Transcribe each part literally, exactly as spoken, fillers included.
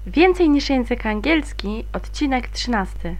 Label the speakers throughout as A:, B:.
A: Więcej niż język angielski, odcinek trzynasty.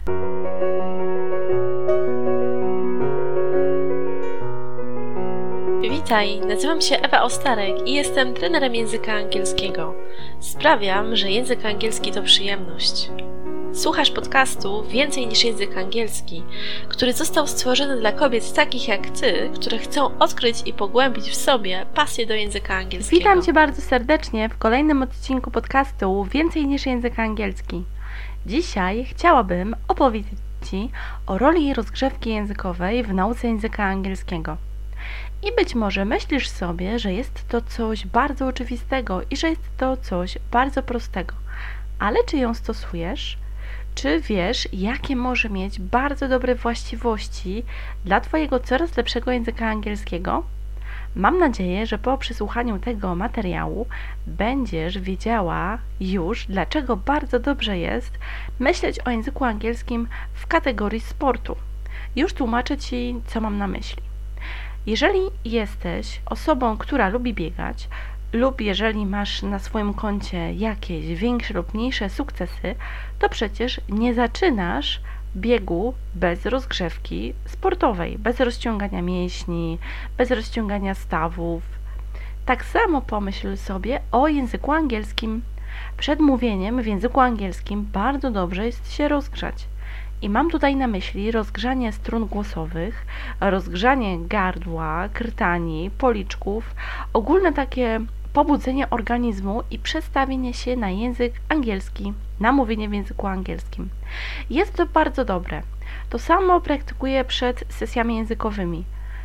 B: Witaj, nazywam się Ewa Ostarek i jestem trenerem języka angielskiego. Sprawiam, że język angielski to przyjemność. Słuchasz podcastu Więcej niż język angielski, który został stworzony dla kobiet takich jak Ty, które chcą odkryć i pogłębić w sobie pasję do języka angielskiego.
A: Witam Cię bardzo serdecznie w kolejnym odcinku podcastu Więcej niż język angielski. Dzisiaj chciałabym opowiedzieć Ci o roli rozgrzewki językowej w nauce języka angielskiego. I być może myślisz sobie, że jest to coś bardzo oczywistego i że jest to coś bardzo prostego. Ale czy ją stosujesz? Czy wiesz, jakie może mieć bardzo dobre właściwości dla Twojego coraz lepszego języka angielskiego? Mam nadzieję, że po przesłuchaniu tego materiału będziesz wiedziała już, dlaczego bardzo dobrze jest myśleć o języku angielskim w kategorii sportu. Już tłumaczę Ci, co mam na myśli. Jeżeli jesteś osobą, która lubi biegać, lub jeżeli masz na swoim koncie jakieś większe lub mniejsze sukcesy, to przecież nie zaczynasz biegu bez rozgrzewki sportowej, bez rozciągania mięśni, bez rozciągania stawów. Tak samo pomyśl sobie o języku angielskim. Przed mówieniem w języku angielskim bardzo dobrze jest się rozgrzać. I mam tutaj na myśli rozgrzanie strun głosowych, rozgrzanie gardła, krtani, policzków, ogólne takie pobudzenie organizmu i przestawienie się na język angielski, na mówienie w języku angielskim. Jest to bardzo dobre. To samo praktykuję przed sesjami językowymi.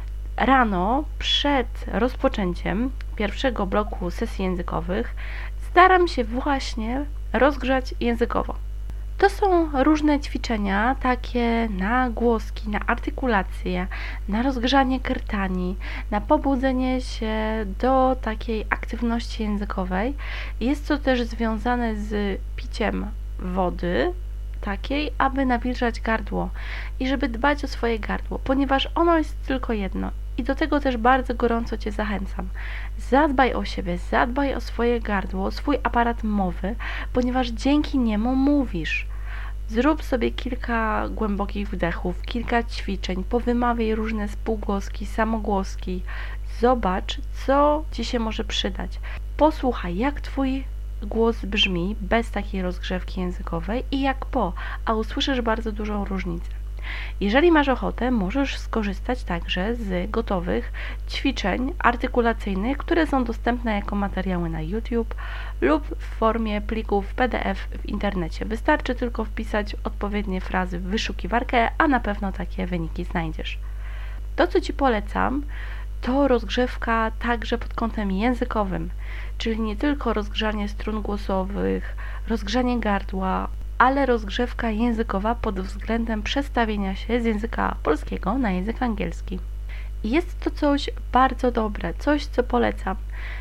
A: Rano, przed rozpoczęciem pierwszego bloku sesji językowych, staram się właśnie rozgrzać językowo. To są różne ćwiczenia, takie na głoski, na artykulację, na rozgrzanie krtani, na pobudzenie się do takiej aktywności językowej. Jest to też związane z piciem wody, takiej, aby nawilżać gardło i żeby dbać o swoje gardło, ponieważ ono jest tylko jedno. I do tego też bardzo gorąco Cię zachęcam. Zadbaj o siebie, zadbaj o swoje gardło, o swój aparat mowy, ponieważ dzięki niemu mówisz. Zrób sobie kilka głębokich wdechów, kilka ćwiczeń, powymawiaj różne spółgłoski, samogłoski. Zobacz, co Ci się może przydać. Posłuchaj, jak Twój głos brzmi bez takiej rozgrzewki językowej i jak po, a usłyszysz bardzo dużą różnicę. Jeżeli masz ochotę, możesz skorzystać także z gotowych ćwiczeń artykulacyjnych, które są dostępne jako materiały na YouTube lub w formie plików P D F w internecie. Wystarczy tylko wpisać odpowiednie frazy w wyszukiwarkę, a na pewno takie wyniki znajdziesz. To, co Ci polecam, to rozgrzewka także pod kątem językowym, czyli nie tylko rozgrzanie strun głosowych, rozgrzanie gardła, ale rozgrzewka językowa pod względem przestawienia się z języka polskiego na język angielski. Jest to coś bardzo dobre, coś, co polecam.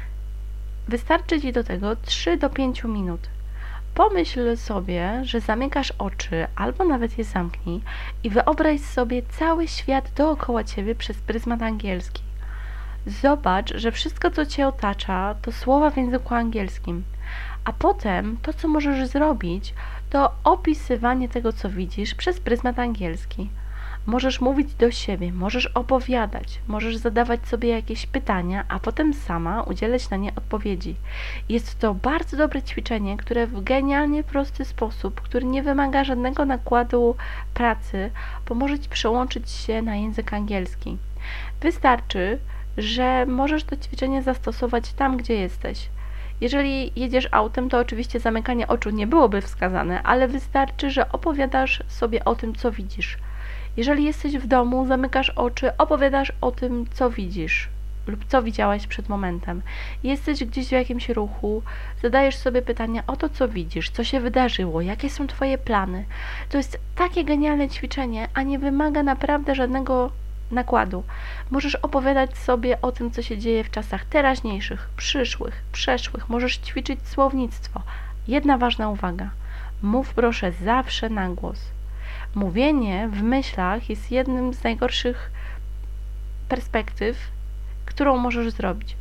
A: Wystarczy Ci do tego trzy do pięciu minut. Pomyśl sobie, że zamykasz oczy albo nawet je zamknij i wyobraź sobie cały świat dookoła Ciebie przez pryzmat angielski. Zobacz, że wszystko, co Cię otacza, to słowa w języku angielskim. A potem to, co możesz zrobić, to opisywanie tego, co widzisz przez pryzmat angielski. Możesz mówić do siebie, możesz opowiadać, możesz zadawać sobie jakieś pytania, a potem sama udzielać na nie odpowiedzi. Jest to bardzo dobre ćwiczenie, które w genialnie prosty sposób, który nie wymaga żadnego nakładu pracy, pomoże Ci przełączyć się na język angielski. Wystarczy, że możesz to ćwiczenie zastosować tam, gdzie jesteś. Jeżeli jedziesz autem, to oczywiście zamykanie oczu nie byłoby wskazane, ale wystarczy, że opowiadasz sobie o tym, co widzisz. Jeżeli jesteś w domu, zamykasz oczy, opowiadasz o tym, co widzisz lub co widziałaś przed momentem. Jesteś gdzieś w jakimś ruchu, zadajesz sobie pytania o to, co widzisz, co się wydarzyło, jakie są Twoje plany. To jest takie genialne ćwiczenie, a nie wymaga naprawdę żadnego nakładu. Możesz opowiadać sobie o tym, co się dzieje w czasach teraźniejszych, przyszłych, przeszłych. Możesz ćwiczyć słownictwo. Jedna ważna uwaga. Mów proszę zawsze na głos. Mówienie w myślach jest jednym z najgorszych perspektyw, którą możesz zrobić.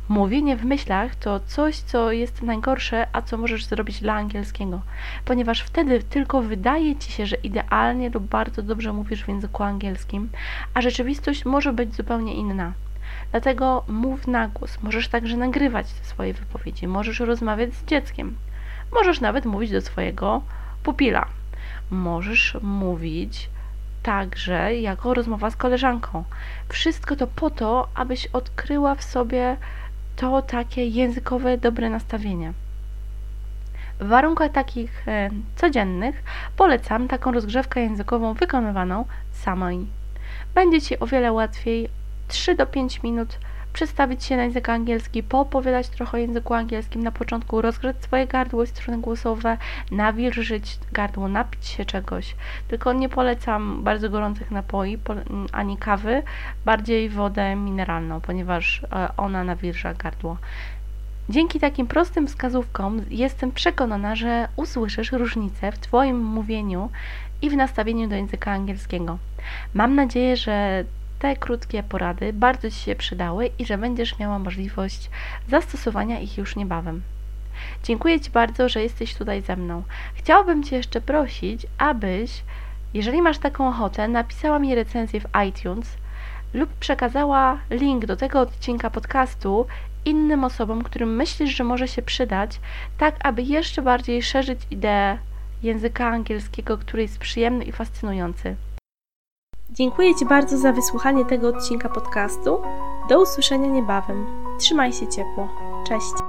A: Mówienie w myślach to coś, co jest najgorsze, a co możesz zrobić dla angielskiego, ponieważ wtedy tylko wydaje Ci się, że idealnie lub bardzo dobrze mówisz w języku angielskim, a rzeczywistość może być zupełnie inna. Dlatego mów na głos, możesz także nagrywać swoje wypowiedzi, możesz rozmawiać z dzieckiem, możesz nawet mówić do swojego pupila, możesz mówić także jako rozmowa z koleżanką. Wszystko to po to, abyś odkryła w sobie to takie językowe dobre nastawienie. W warunkach takich e, codziennych polecam taką rozgrzewkę językową wykonywaną samej. Będzie Ci o wiele łatwiej trzy do pięciu minut przestawić się na język angielski, poopowiadać trochę o języku angielskim na początku, rozgrzać swoje gardło i struny głosowe, nawilżyć gardło, napić się czegoś. Tylko nie polecam bardzo gorących napoi, ani kawy, bardziej wodę mineralną, ponieważ ona nawilża gardło. Dzięki takim prostym wskazówkom jestem przekonana, że usłyszysz różnicę w Twoim mówieniu i w nastawieniu do języka angielskiego. Mam nadzieję, że te krótkie porady bardzo Ci się przydały i że będziesz miała możliwość zastosowania ich już niebawem. Dziękuję Ci bardzo, że jesteś tutaj ze mną. Chciałabym Cię jeszcze prosić, abyś, jeżeli masz taką ochotę, napisała mi recenzję w iTunes lub przekazała link do tego odcinka podcastu innym osobom, którym myślisz, że może się przydać, tak aby jeszcze bardziej szerzyć ideę języka angielskiego, który jest przyjemny i fascynujący. Dziękuję Ci bardzo za wysłuchanie tego odcinka podcastu. Do usłyszenia niebawem. Trzymaj się ciepło. Cześć!